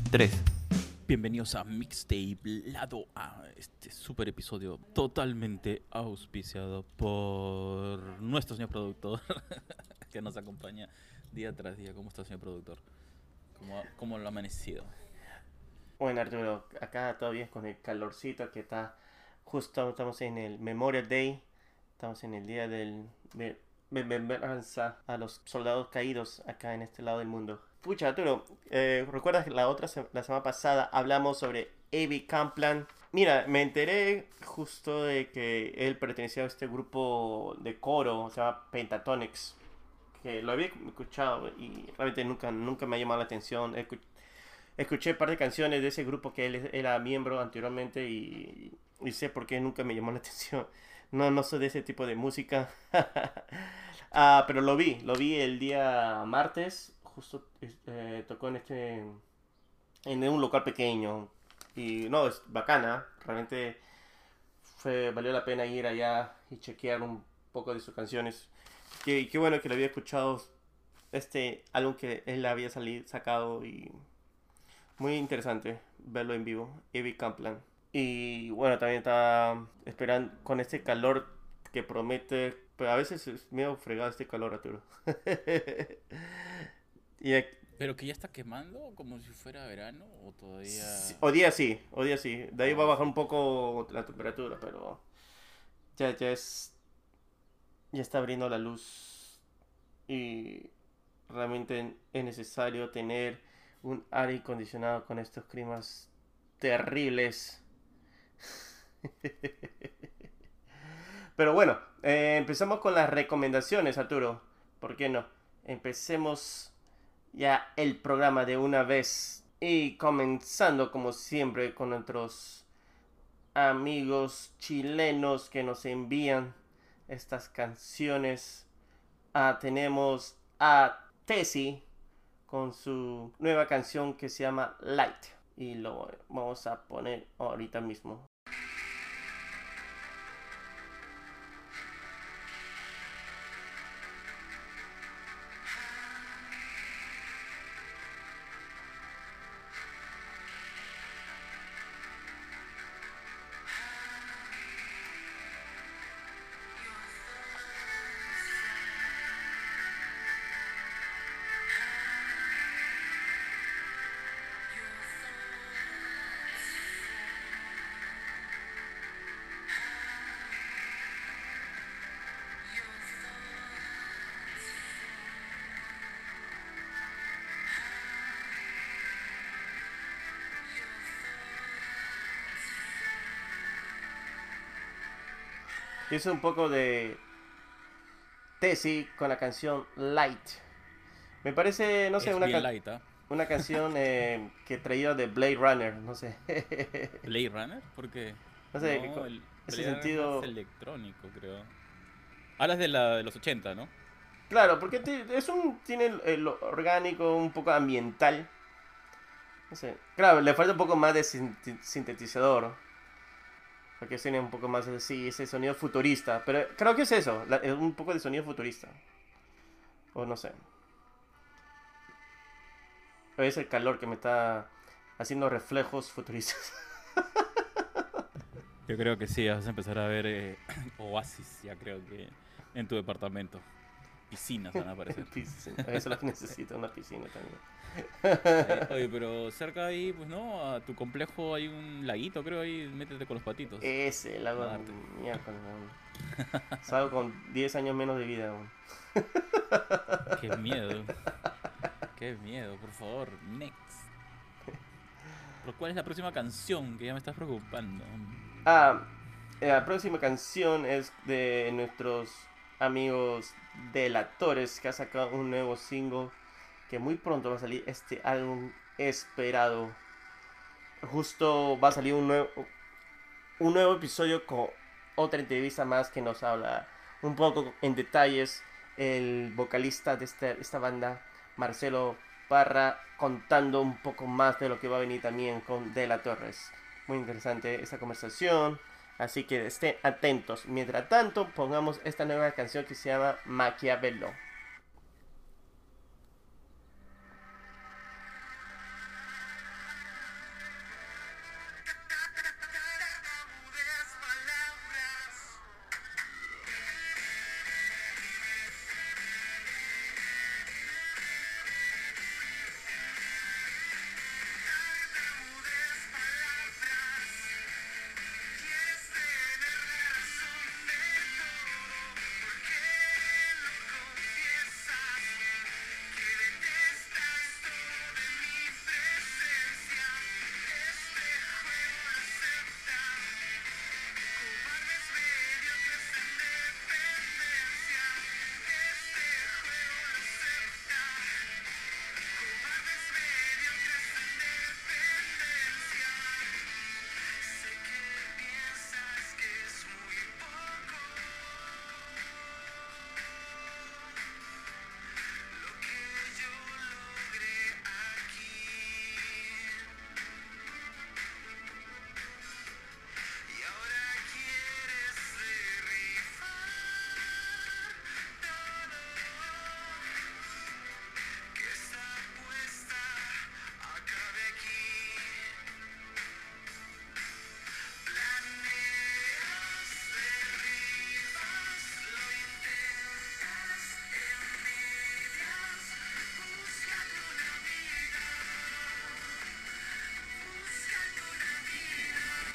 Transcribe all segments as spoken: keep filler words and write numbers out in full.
tres. Bienvenidos a Mixtape Lado A, este super episodio totalmente auspiciado por nuestro señor productor que nos acompaña día tras día. ¿Cómo está, señor productor? ¿Cómo, cómo lo ha amanecido? Bueno, Arturo, acá todavía con el calorcito que está justo, estamos en el Memorial Day, estamos en el día del de remembranza a los soldados caídos acá en este lado del mundo. Pucha, Arturo, eh, ¿recuerdas que la otra se- la semana pasada hablamos sobre Avi Kaplan? Mira, me enteré justo de que él pertenecía a este grupo de coro, se llama Pentatonix, que lo había escuchado y realmente nunca, nunca me ha llamado la atención. He escu- Escuché un par de canciones de ese grupo que él era miembro anteriormente y, y sé por qué nunca me llamó la atención. No, no soy de ese tipo de música. Ah, pero lo vi, lo vi el día martes, justo eh, tocó en este, en un local pequeño. Y no, es bacana, realmente fue, valió la pena ir allá y chequear un poco de sus canciones. Qué, qué bueno que lo había escuchado este álbum que él había salido, sacado y muy interesante verlo en vivo, Avi Kaplan. Y bueno, también estaba esperando con este calor que promete, pero a veces es medio fregado este calor, Arturo. y aquí- ¿Pero que ya está quemando como si fuera verano o sí, todavía...? o día sí, o día sí. De ahí va a Ah, bajar sí. un poco la temperatura, pero ya, ya es, ya está abriendo la luz y realmente es necesario tener un aire acondicionado con estos climas terribles. Pero bueno, eh, empezamos con las recomendaciones, Arturo. ¿Por qué no? Empecemos ya el programa de una vez. Y comenzando como siempre con nuestros amigos chilenos que nos envían estas canciones. Ah, tenemos a Tessie con su nueva canción que se llama Light. Y lo vamos a poner ahorita mismo. Hice un poco de Tessie con la canción Light. Me parece, no sé, Es una, bien ca- light, ¿ah? una canción eh, que traía de Blade Runner, no sé. ¿Blade Runner? ¿Por qué? no sé, No, el ese Blade Runner es más sentido. electrónico, creo. Hablas de la de los ochenta, ¿no? Claro, porque ti- es un, tiene el, el orgánico, un poco ambiental. No sé. Claro, le falta un poco más de sin- sintetizador. Porque tiene un poco más de sí, ese sonido futurista. Pero creo que es eso, la- un poco de sonido futurista. O no sé. O es el calor que me está haciendo reflejos futuristas. Yo creo que sí, vas a empezar a ver eh, oasis, ya creo que en tu departamento. Piscinas van a aparecer. Piscina. Eso es lo que necesito, una piscina también. Eh, oye, pero cerca de ahí, pues no, a tu complejo hay un laguito, creo, ahí métete con los patitos. Ese, el agua Nadarte. miércoles, weón. Salgo con diez años menos de vida, weón. Qué miedo, qué miedo, por favor, next. Pero ¿cuál es la próxima canción que ya me estás preocupando? Ah, la próxima canción es de nuestros amigos Delatores, que ha sacado un nuevo single que muy pronto va a salir este álbum esperado. Justo va a salir un nuevo, un nuevo episodio con otra entrevista más que nos habla un poco en detalles el vocalista de esta, esta banda, Marcelo Parra, contando un poco más de lo que va a venir también con De La Torres. Muy interesante esta conversación, así que estén atentos. Mientras tanto, pongamos esta nueva canción que se llama Maquiavelo.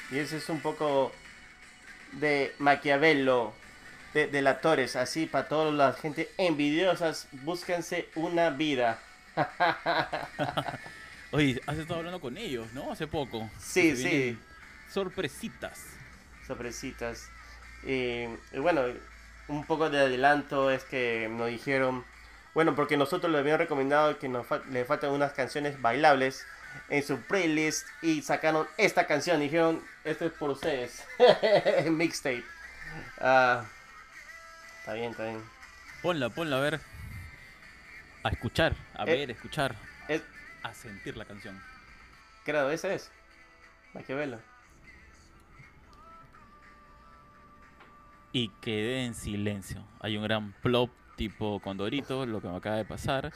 Y ese es un poco de Maquiavelo, de delatores, así para toda la gente envidiosas, búsquense una vida. Oye, has estado hablando con ellos, ¿no? Hace poco. Que se Sí, sí, vienen sorpresitas. sorpresitas. Y, y bueno, un poco de adelanto es que nos dijeron, bueno, porque nosotros le habíamos recomendado que nos fa- le faltan unas canciones bailables en su playlist y sacaron esta canción. Dijeron, esto es por ustedes. Mixtape. Ah, está bien, está bien. Ponla, ponla, a ver. A escuchar, a Eh, ver, escuchar. es, A sentir la canción. claro, ese es. Maquiavelo. Y quedé en silencio. Hay un gran plop tipo Condorito, lo que me acaba de pasar.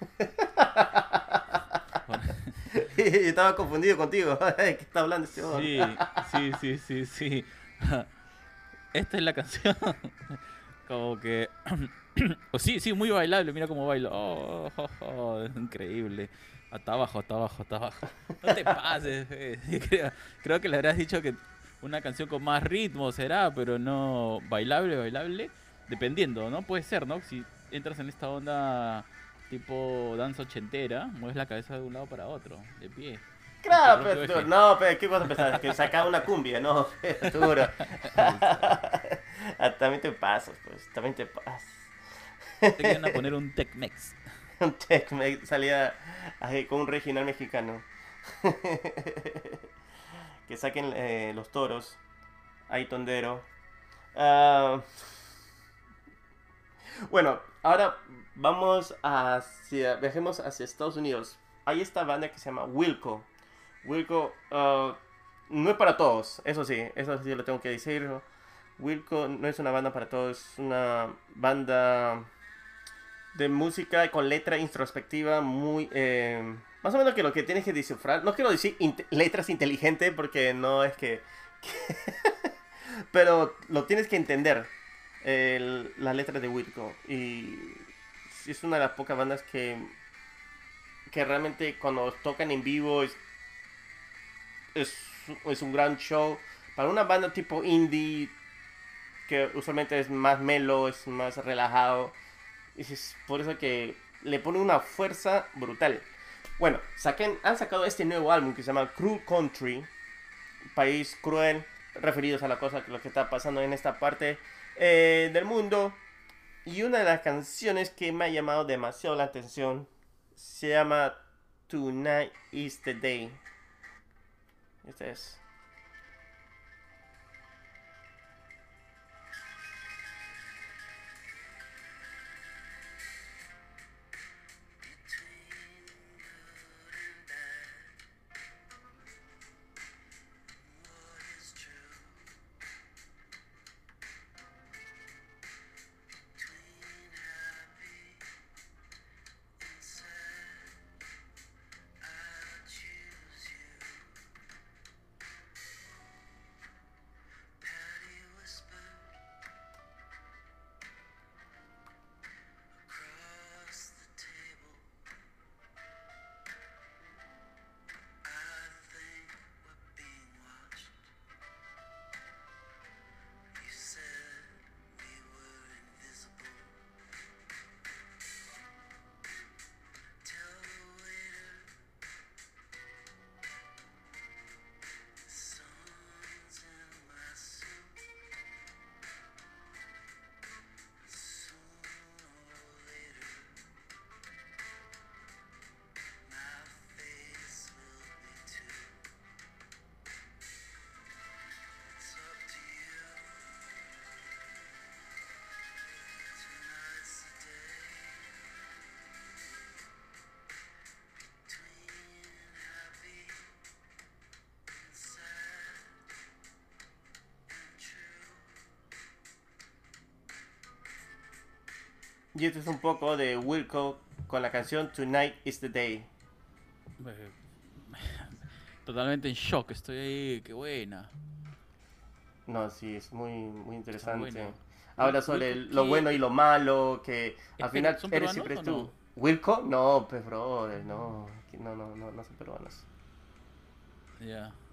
Estaba confundido contigo. ¿Qué está hablando este hombre? Sí, sí, sí, sí, sí. Esta es la canción. Como que... oh, sí, sí, muy bailable. Mira cómo bailo. Oh, oh, oh, es increíble. Hasta abajo, hasta abajo, hasta abajo. No te pases. Fe. Creo, creo que le habrás dicho que una canción con más ritmo será, pero no bailable, bailable. Dependiendo, ¿no? Puede ser, ¿no? Si entras en esta onda tipo danza ochentera, mueves la cabeza de un lado para otro, de pie, en tu Claro, propio pero eje. no, pero ¿qué cosa pensás? Que sacaba una cumbia, no, duro. Exacto. También te pasas, pues, también te pasas. Te quieren a poner un Tech-Mex. Un tech me salía ahí con un regional mexicano. Que saquen eh, los toros. Ahí tondero. Ah, bueno, ahora vamos hacia. Viajemos hacia Estados Unidos. Hay esta banda que se llama Wilco. Wilco ah, no es para todos, eso sí, eso sí lo tengo que decir. Wilco no es una banda para todos, es una banda de música con letra introspectiva muy... eh, más o menos que lo que tienes que descifrar. No quiero decir inte- letras inteligentes porque no es que... pero lo tienes que entender, el- las letras de Wilco. Y sí es una de las pocas bandas que, que realmente cuando tocan en vivo es, es, es un gran show. Para una banda tipo indie, que usualmente es más melo, es más relajado. Y es por eso que le pone una fuerza brutal. Bueno, saquen, han sacado este nuevo álbum que se llama Cruel Country, país cruel, referidos a la cosa, lo que está pasando en esta parte eh, del mundo. Y una de las canciones que me ha llamado demasiado la atención se llama Tonight is the Day. Este es. Y esto es un poco de Wilco con la canción Tonight is the Day. Eh, Totalmente en shock, estoy ahí, qué buena. No, sí, es muy, muy Está interesante. bueno. Wil- Habla sobre Wilco, lo ¿qué? bueno y lo malo, que ¿Es al peru- final ¿Son eres peruanos siempre o tú. no? ¿Wilco? No, pues brother, no. No, no, no, no son peruanos. Ya.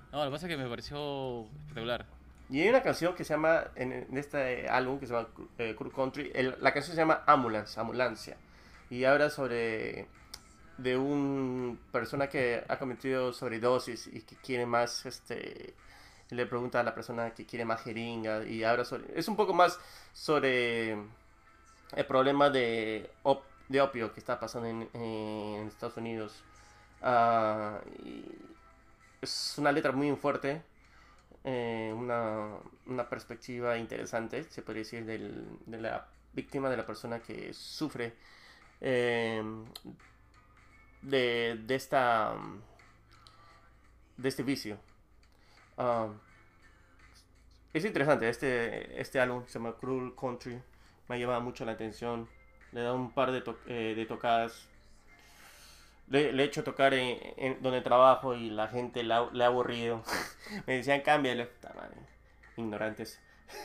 No, lo que pasa es que me pareció espectacular. Y hay una canción que se llama, en, en este álbum, que se llama eh, Cruel Country, el- la canción se llama Ambulance, Ambulancia. Y habla sobre de una persona que ha cometido sobredosis y que quiere más, este, le pregunta a la persona que quiere más jeringa y habla sobre, es un poco más sobre el problema de, op- de opio que está pasando en, en Estados Unidos. Ah, y es una letra muy fuerte, eh, una, una perspectiva interesante, se podría decir, del, de la víctima, de la persona que sufre eh, de, de esta de este vicio. Ah, es interesante, este, este álbum que se llama Cruel Country me ha llamado mucho la atención. Le da un par de, to- eh, de tocadas. Le, le he hecho tocar en, en donde trabajo y la gente le ha, le ha aburrido. Me decían, cámbiale. Puta madre, ignorantes.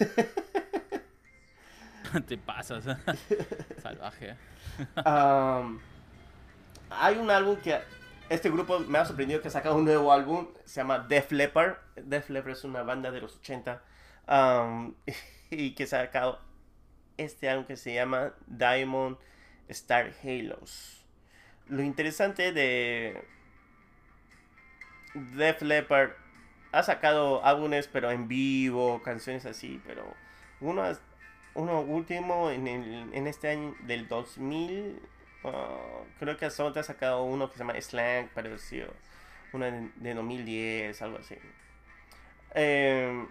Te pasas. Salvaje. Am, hay un álbum que este grupo me ha sorprendido que ha sacado un nuevo álbum. Se llama Def Leppard. Def Leppard es una banda de los ochenta. am, y que ha sacado este álbum que se llama Diamond Star Halos. Lo interesante de Def Leppard, ha sacado álbumes pero en vivo, canciones así, pero uno, uno último en, el, en este año del dos mil, uh, creo que Assault ha sacado uno que se llama Slang, parecido, uno de, de dos mil diez, algo así. Eh,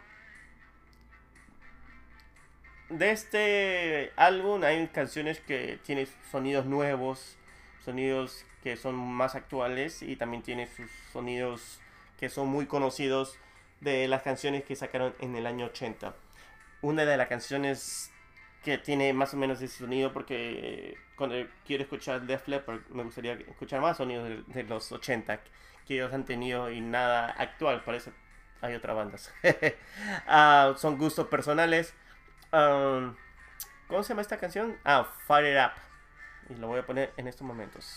de este álbum hay canciones que tienen sonidos nuevos, sonidos que son más actuales y también tiene sus sonidos que son muy conocidos de las canciones que sacaron en el año ochenta. Una de las canciones que tiene más o menos ese sonido, porque cuando quiero escuchar Def Leppard me gustaría escuchar más sonidos de, de los ochenta que ellos han tenido y nada actual, por eso hay otras bandas. uh, son gustos personales. Um, ¿Cómo se llama esta canción? Ah, Fire It Up. Y lo voy a poner en estos momentos.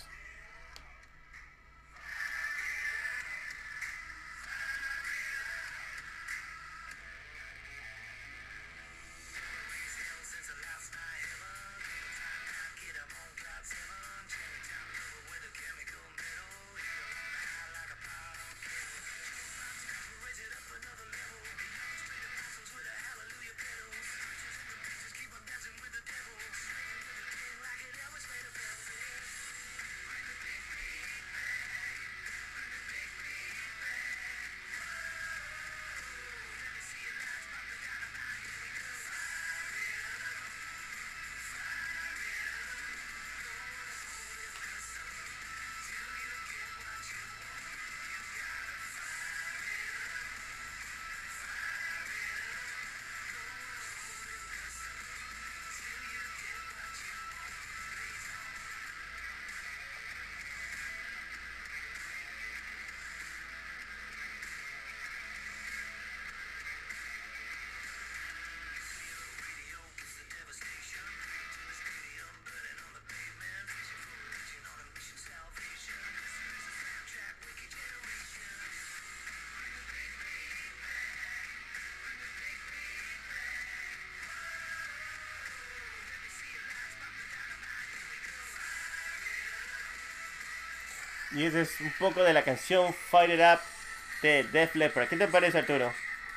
Y ese es un poco de la canción Fire It Up de Def Leppard. ¿Qué te parece, Arturo?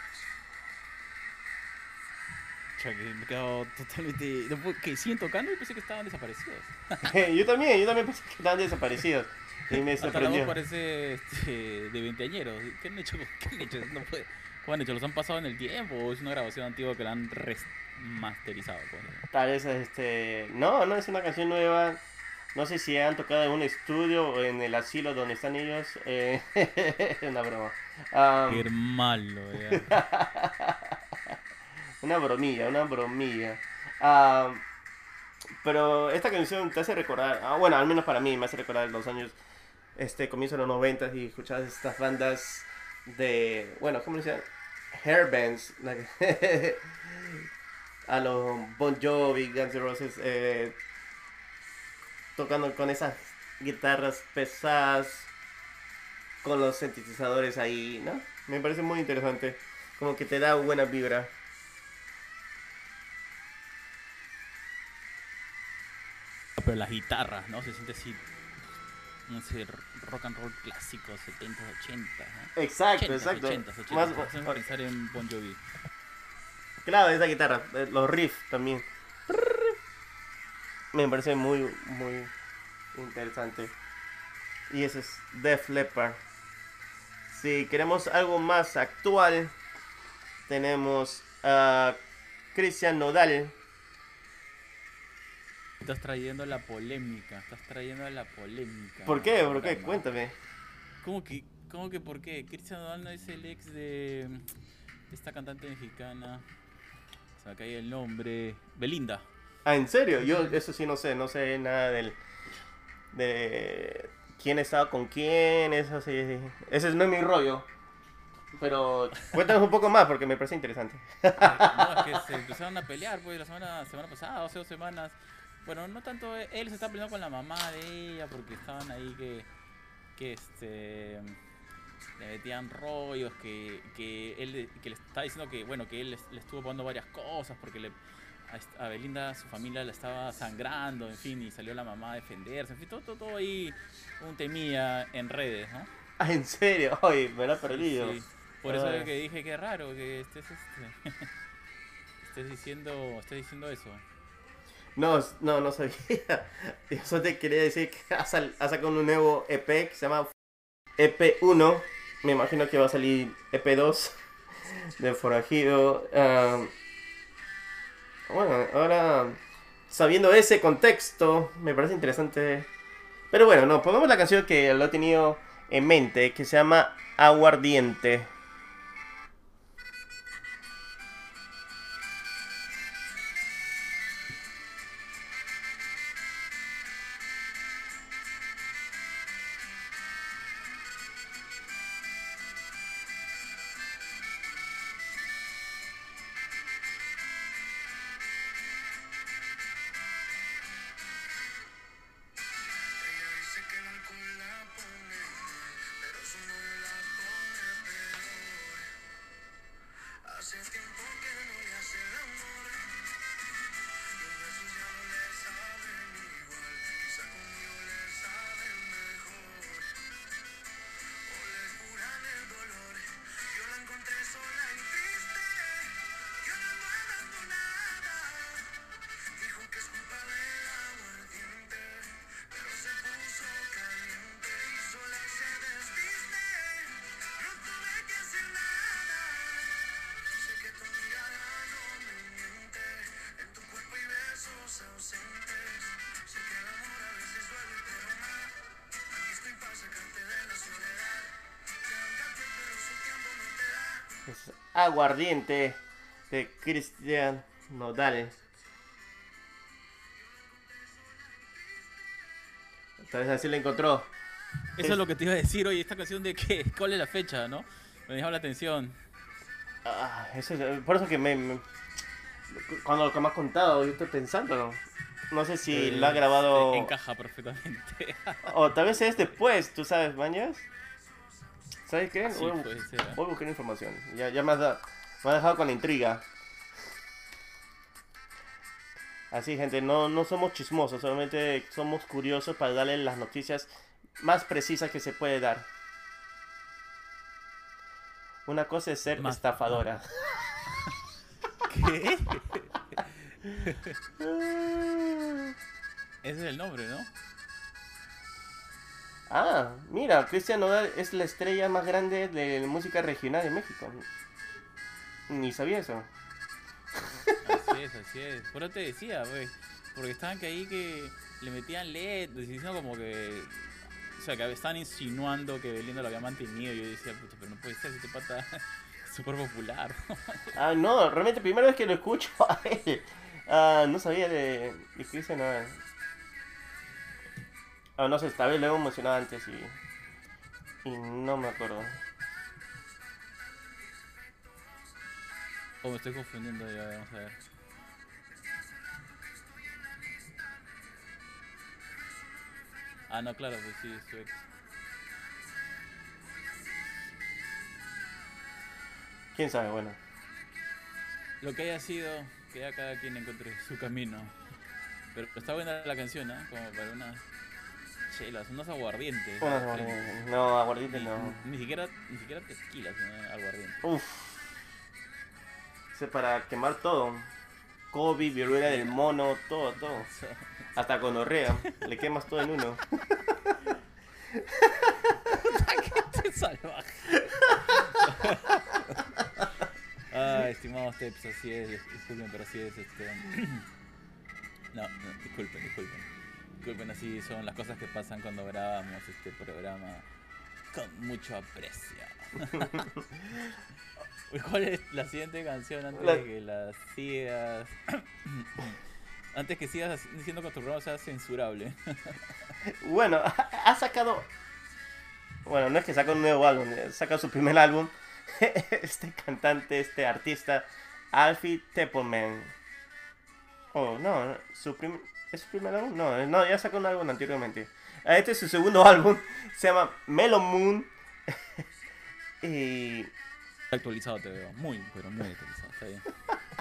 O sea, que me quedo totalmente. No puedo- ¿Que siguen tocando? Yo pensé que estaban desaparecidos. yo también, yo también pensé que estaban desaparecidos. Y me Hasta la voz sorprendió. parece este, de veinteañeros. ¿Qué han hecho? ¿Qué han hecho? No puede. ¿Cómo han hecho? ¿Los han pasado en el tiempo? ¿O es una grabación antigua que la han remasterizado? Tal vez, este... No, no, es una canción nueva. No sé si han tocado en un estudio o en el asilo donde están ellos. Eh, es una broma. Um, Qué malo, ya. una bromilla, una bromilla. Um, pero esta canción te hace recordar, ah, bueno, al menos para mí me hace recordar los años, este, comienzo de los noventa y escuchabas estas bandas de, bueno, ¿cómo se llama? Hair bands. like, a los Bon Jovi, Guns N' Roses, eh, tocando con esas guitarras pesadas, con los sintetizadores ahí, ¿no? Me parece muy interesante. Como que te da buena vibra. Pero las guitarras, ¿no? Se siente así, no sé, rock and roll clásico, setenta, ochenta, ¿no? Exacto, ochenta, exacto. ochenta, ochenta. Más, Me hacen pensar en Bon Jovi. claro, esa guitarra. eh, Los riffs también. Me parece muy, muy interesante. Y ese es Def Leppard. Si queremos algo más actual, tenemos a Christian Nodal. Estás trayendo la polémica, estás trayendo la polémica. ¿Por qué? ¿Por qué? Programa. Cuéntame. ¿Cómo que, cómo que por qué? Cristian Nodal no es el ex de esta cantante mexicana. Se me cae el nombre. Belinda. Ah, ¿en serio? Yo eso sí no sé, no sé nada del de quién estaba con quién, eso sí, sí. Ese no es mi rollo. Pero cuéntanos un poco más porque me parece interesante. No, es que se empezaron a pelear pues la semana, semana pasada, hace dos semanas. Bueno, no tanto él se está peleando con la mamá de ella porque estaban ahí que, que este le metían rollos, que, que él que le estaba diciendo que bueno que él le, le estuvo poniendo varias cosas porque le a, a Belinda su familia la estaba sangrando, en fin, y salió la mamá a defenderse, en fin, todo, todo, todo ahí un temía en redes, ¿no? Ah, ¿en serio? Ay, me lo he Sí, perdido. sí. Por eso Ah. es que dije que raro que estés este estés diciendo estés diciendo eso. No, no, no sabía. Eso te quería decir que ha, sal- ha sacado un nuevo E P que se llama E P uno. Me imagino que va a salir E P dos de Forajido. Ah, bueno, ahora sabiendo ese contexto, me parece interesante. Pero bueno, no, pongamos la canción que lo he tenido en mente, que se llama Aguardiente. Es Aguardiente de Cristian Nodal. Tal vez así la encontró. Eso es, es lo que te iba a decir, oye, esta canción de qué, ¿cuál es la fecha, no? Me llamó la atención. Ah, eso es, por eso que me, me cuando lo que me has contado, yo estoy pensando, ¿no? No sé si Eh, lo ha grabado. encaja perfectamente. O tal vez es después, ¿tú sabes, Mañas? ¿Sabes qué? Sí, Voy, a, puede ser, ¿eh? voy a buscar información. Ya, ya me, has da, me has dejado con la intriga. Así, gente, no, no somos chismosos, solamente somos curiosos para darle las noticias más precisas que se puede dar. Una cosa es ser Más, estafadora. ¿Qué? Ese es el nombre, ¿no? Ah, mira, Cristian Nodal es la estrella más grande de música regional de México. Ni sabía eso. Así es, así es. Por eso te decía, güey. Porque estaban que ahí que le metían L E D, diciendo como que. O sea, que estaban insinuando que Belinda lo había mantenido. Y yo decía, pucha, pero no puede ser, si este pata es súper popular. Ah, no, realmente primera vez que lo escucho a él. Ah, no sabía de, de Cristian Nodal. Ah, no sé, esta vez lo hemos mencionado antes y. Y no me acuerdo. O me estoy confundiendo ya, vamos a ver. Ah, no, claro, pues sí, es su ex. quién sabe, bueno. Lo que haya sido, que ya cada quien encuentre su camino. Pero está buena la canción, ¿eh? Como para unas chelas, unos aguardientes. Unas ¿No? aguardientes. No, aguardientes Ni, no. ni siquiera, ni siquiera tequila, sino aguardiente. Uf. Ese para quemar todo. COVID, viruela del mono, todo, todo. Hasta gonorrea. Le quemas todo en uno. ¡Qué salvaje! Ah, estimados Teps, así es, disculpen, pero así es este. No, no, disculpen, disculpen. Disculpen, así son las cosas que pasan cuando grabamos este programa con mucho aprecio. ¿Cuál es la siguiente canción antes La- de que la sigas? Antes que sigas diciendo que tu programa sea censurable. Bueno, ha sacado. Bueno, no es que saca un nuevo álbum, saca su primer álbum. Este cantante, este artista, Alfie Templeman. Oh, no, su prim... ¿es su primer álbum? No, no, ya sacó un álbum anteriormente. Este es su segundo álbum, se llama Mellow Moon. Y Actualizado te veo, muy, pero muy actualizado, está bien.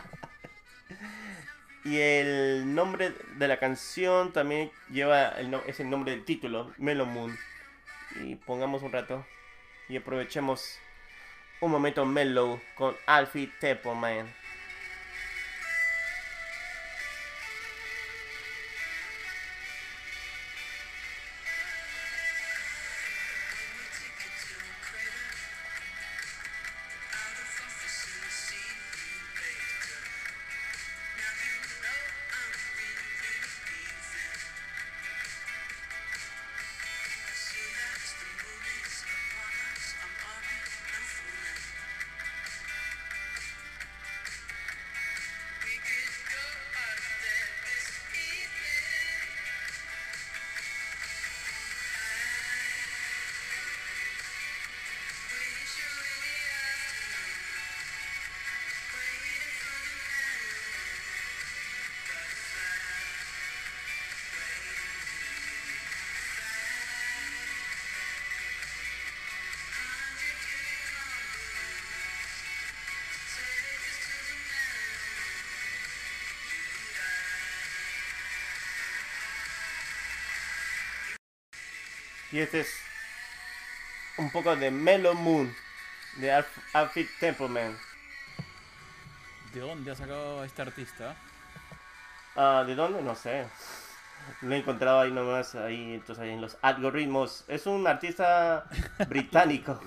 Y el nombre de la canción también lleva el no- es el nombre del título, Mellow Moon. Y pongamos un rato y aprovechemos un momento mellow con Alfie Templeman. Y este es un poco de Mellow Moon de Alf- Alfie Templeman. ¿De dónde ha sacado a este artista? Ah, ¿de dónde? No sé. Lo he encontrado ahí nomás, ahí, entonces ahí en los algoritmos. Es un artista británico.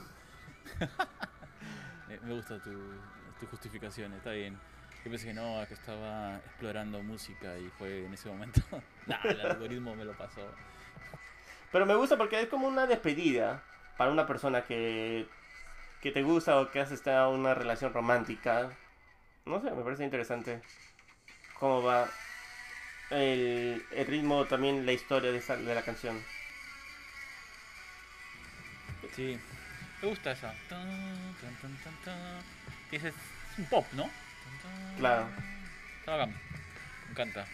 Eh, me gusta tu, tu justificación, está bien. Yo pensé que no, que estaba explorando música y fue en ese momento. Nah, el algoritmo me lo pasó. Pero me gusta porque es como una despedida para una persona que, que te gusta o que has estado en una relación romántica. No sé, me parece interesante cómo va el, el ritmo, también la historia de, esa- de la canción. Sí, me gusta esa. Tan, tan, tan, tan, tan. Que ese es es un pop, ¿no? Tan, tan. Claro. Está bacán. Me encanta.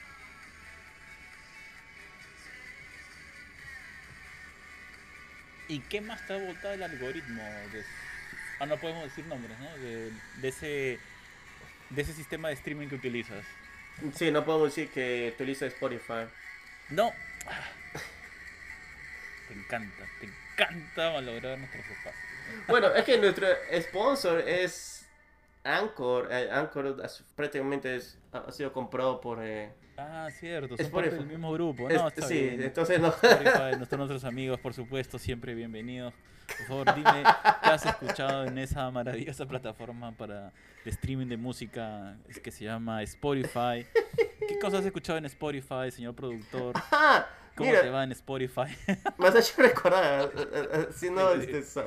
¿Y qué más te ha botado el algoritmo? De... Ah, no podemos decir nombres, ¿no? De, de ese de ese sistema de streaming que utilizas. Sí, no podemos decir que utiliza Spotify. No. Ah, te encanta, te encanta malograr nuestros espacios. Bueno, es que nuestro sponsor es Anchor. Eh, Anchor es- prácticamente es- ha sido comprado por eh, Ah, cierto, son parte Spotify. del mismo grupo. Es- No, está sí, bien. entonces no. Spotify, nuestros, nuestros amigos, por supuesto, siempre bienvenidos. Por favor, dime qué has escuchado en esa maravillosa plataforma para de streaming de música es que se llama Spotify. ¿Qué cosas has escuchado en Spotify, señor productor? Ah, ¿Cómo mira, te va en Spotify? me has hecho recordar. eh, eh, eh, Si no, este, so-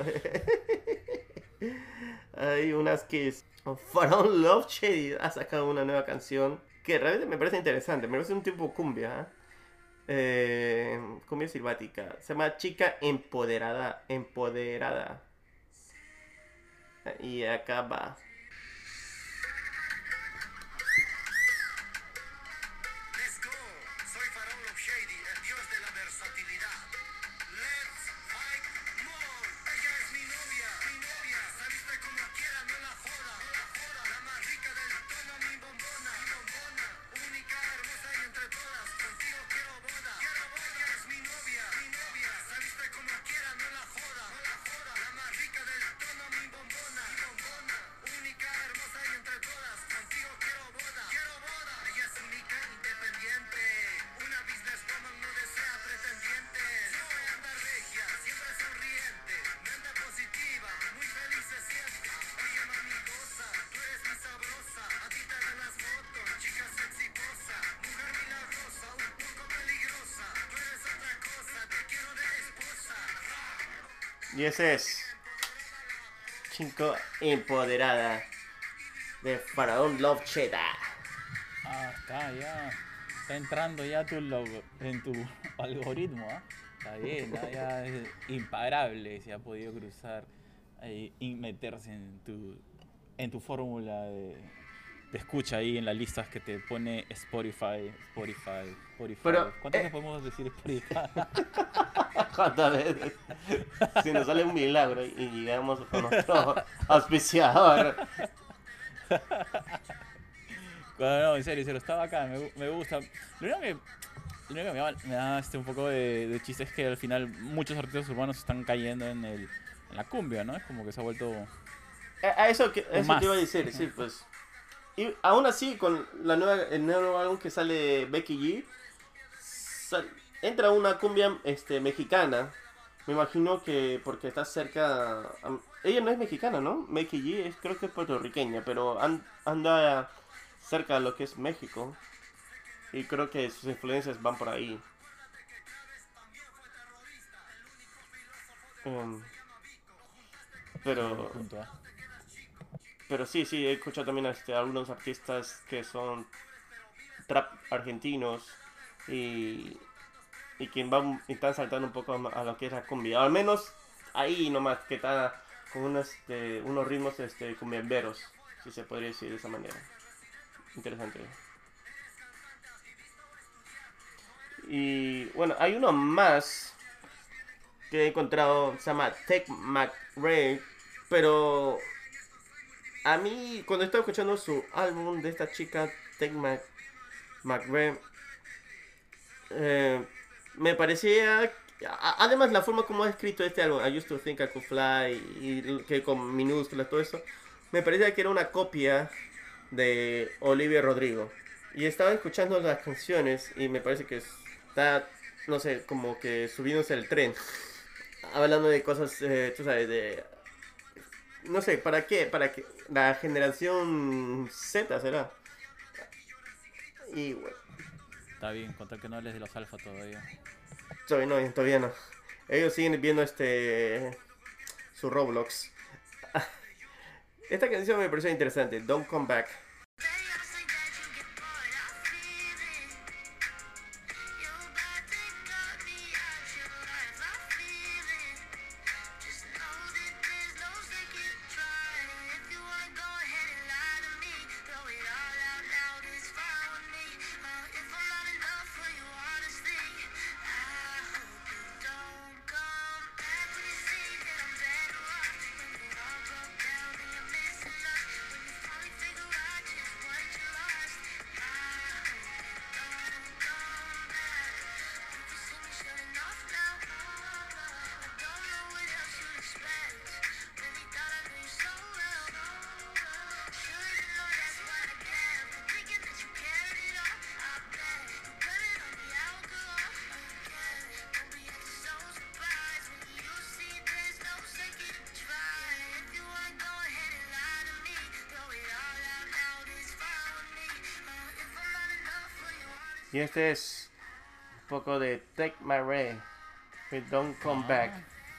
hay unas que es Faraón Love Shady ha sacado una nueva canción que realmente me parece interesante. Me parece un tipo cumbia. ¿eh? Eh, cumbia silvática. Se llama Chica Empoderada. Empoderada. Y acá va. Let's go. Soy Faraón Love Shady, el dios de la versatilidad. Let's fight more. Ella es mi novia, mi novia. Saliste como quiera, no la Y ese es Cinco Empoderada de Faraón Love Cheta. Ah, está ya. Está entrando ya tu logo, en tu algoritmo, ¿ah? Está bien, ¿no? Ya es imparable. Se ha podido cruzar ahí, y meterse en tu, en tu fórmula de, de escucha ahí en las listas que te pone Spotify, Spotify, Spotify. Pero, ¿Cuántas eh, veces podemos decir Spotify? ¿Cuántas veces? Si nos sale un milagro y llegamos con nuestro auspiciador. No, no, en serio, en serio, estaba acá, me, gu- me gusta. Lo único que, lo único que me da, me da este, un poco de, de chiste es que al final muchos artistas urbanos están cayendo en, el, en la cumbia, ¿no? Es como que se ha vuelto... A a eso, que, O eso más. te iba a decir, sí, pues. Y aún así, con la nueva, el nuevo álbum que sale Becky G, sal- entra una cumbia este, mexicana. Me imagino que porque está cerca. a- ella no es mexicana, ¿no? Becky G es, creo que es puertorriqueña, pero an- anda cerca de lo que es México. Y creo que sus influencias van por ahí. Em, pero. Punto, ¿ah? Pero sí, sí, he escuchado también este, algunos artistas que son trap argentinos y, y que van, y están saltando un poco a lo que es la cumbia. Al menos ahí nomás, que está con unos, este, unos ritmos este, cumbiamberos, si se podría decir de esa manera. Interesante. Y bueno, hay uno más que he encontrado, se llama Tech McRae, pero a mí, cuando estaba escuchando su álbum de esta chica, Tech Mac McRae, eh, me parecía. a- Además, la forma como ha escrito este álbum, I Used to Think I Could Fly, y que con minúsculas, todo eso, me parecía que era una copia de Olivia Rodrigo. Y estaba escuchando las canciones y me parece que está, no sé, como que subiéndose el tren. Hablando de cosas, eh, tú sabes, de no sé, ¿para qué? Para que la generación Z será. Y bueno, Está bien, contar que no hables de los alfa todavía. todavía no, todavía no. Ellos siguen viendo este su Roblox. Esta canción me pareció interesante, Don't Come Back. Y este es un poco de Take My Ray, with Don't Come Ah, Back.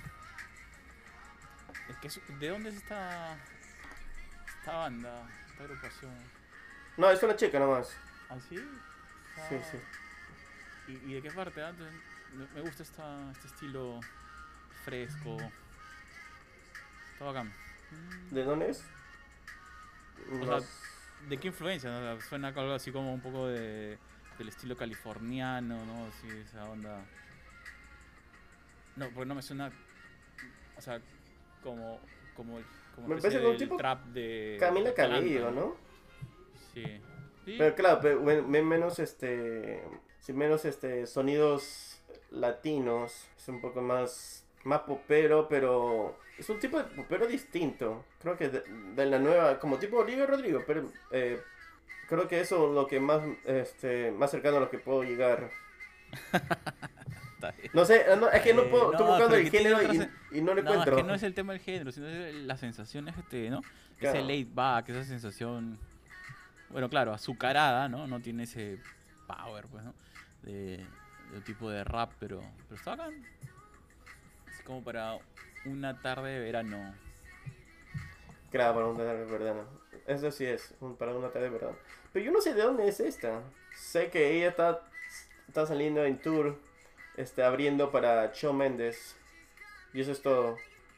es que es- ¿de dónde es esta, esta banda, esta agrupación? No, es una chica nomás. ¿Ah, sí? Ah, Sí, sí. ¿Y, y de qué parte? ah? Entonces, Me, me gusta esta, este estilo fresco. Está bacán. Mm, ¿De dónde es? O No sea, s- ¿de qué influencia? ¿No? O sea, suena algo así como un poco de, del estilo californiano, ¿no? Así, esa onda. No, porque no me suena. O sea, como. Como, como Me especie parece como un del tipo trap de. Camila de Atlanta, Cabello, ¿no? Sí. Sí. Pero claro, pero ven- ven menos este, sí, menos este sonidos latinos, es un poco más más popero, pero es un tipo de popero distinto. Creo que de, de la nueva, como tipo Olivia Rodrigo, pero eh, creo que eso es lo que más este más cercano a lo que puedo llegar. Está bien. No sé, no, es que no Eh, puedo, no, estoy buscando pero el que tiene género otras- y, y no lo No, encuentro. es que no es el tema del género, sino es las sensaciones que te, ¿no? Claro. Ese laid back, esa sensación, bueno, claro, azucarada, ¿no? No tiene ese power, pues, ¿no? De, de un tipo de rap, pero, pero está bacán. Es como para una tarde de verano. Claro, para una tarde de verano. Eso sí es, un- para una tarde de verano. Pero yo no sé de dónde es esta. Sé que ella está, está saliendo en tour, este, abriendo para Shawn Mendes. Y eso es todo.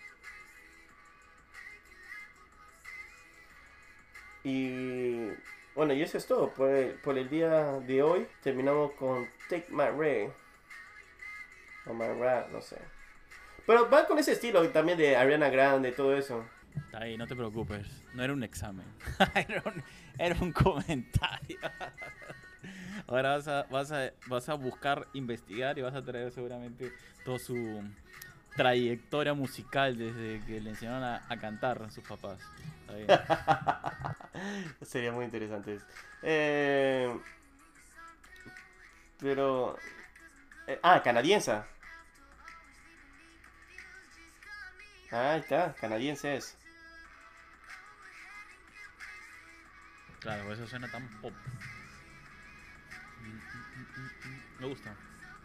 Y bueno, y eso es todo. Por el, por el día de hoy terminamos con Take My Ray. O My Ra, no sé. Pero va con ese estilo también de Ariana Grande y todo eso. Está ahí, no te preocupes. No era un examen. era, un, era un comentario. Ahora vas a, vas, a, vas a buscar investigar y vas a traer seguramente toda su trayectoria musical desde que le enseñaron a, a cantar a sus papás. Está bien. Sería muy interesante eso. Eh, pero... eh, ah, canadiense. Ah, ahí está, canadiense es. Claro, por eso suena tan pop. Mm, mm, mm, mm, mm. Me gusta.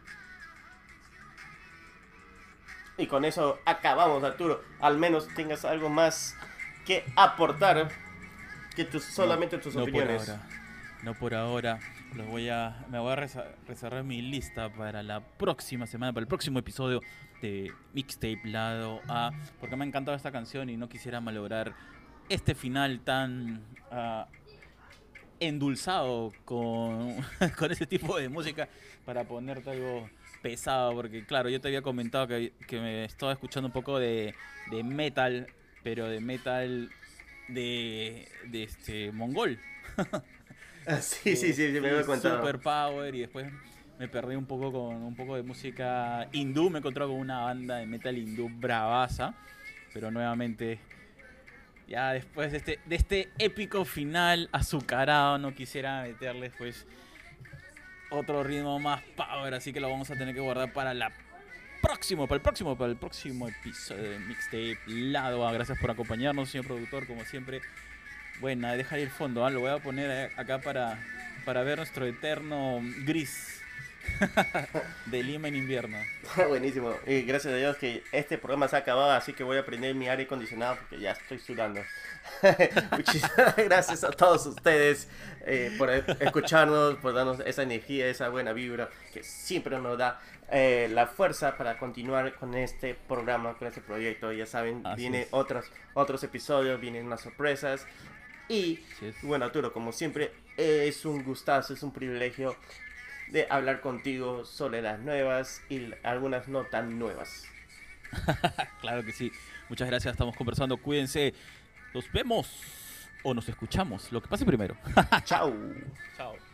Y con eso acabamos, Arturo. Al menos tengas algo más que aportar que tus, solamente tus no opiniones. por ahora. No por ahora. Los voy a, me voy a reza- reservar mi lista para la próxima semana, para el próximo episodio de Mixtape Lado A, porque me ha encantado esta canción y no quisiera malograr este final tan ah, endulzado con, con ese tipo de música para ponerte algo pesado, porque claro, yo te había comentado que, que me estaba escuchando un poco de, de metal, pero de metal de, de este mongol. Ah, sí, sí, sí, sí, me había contado. Super Power, y después me perdí un poco con un poco de música hindú, me he encontrado con una banda de metal hindú bravaza, pero nuevamente ya después de este, de este épico final azucarado no quisiera meterles pues otro ritmo más power, así que lo vamos a tener que guardar para la próximo, para el próximo, para el próximo episodio de Mixtape Lado A. Gracias por acompañarnos, señor productor, como siempre. Bueno, dejar el fondo, ¿eh? Lo voy a poner acá para, para ver nuestro eterno gris de Lima en invierno. Buenísimo. Y gracias a Dios que este programa se ha acabado, así que voy a prender mi aire acondicionado porque ya estoy sudando. Muchísimas gracias a todos ustedes eh, por escucharnos, por darnos esa energía, esa buena vibra que siempre nos da eh, la fuerza para continuar con este programa, con este proyecto. Ya saben, Así vienen es. otros, otros episodios, vienen unas sorpresas. Y Así es. bueno, Arturo, como siempre, es un gustazo, es un privilegio de hablar contigo sobre las nuevas y algunas no tan nuevas. Claro que sí. Muchas gracias, estamos conversando. Cuídense. Nos vemos o nos escuchamos. Lo que pase primero. Chao. Chao.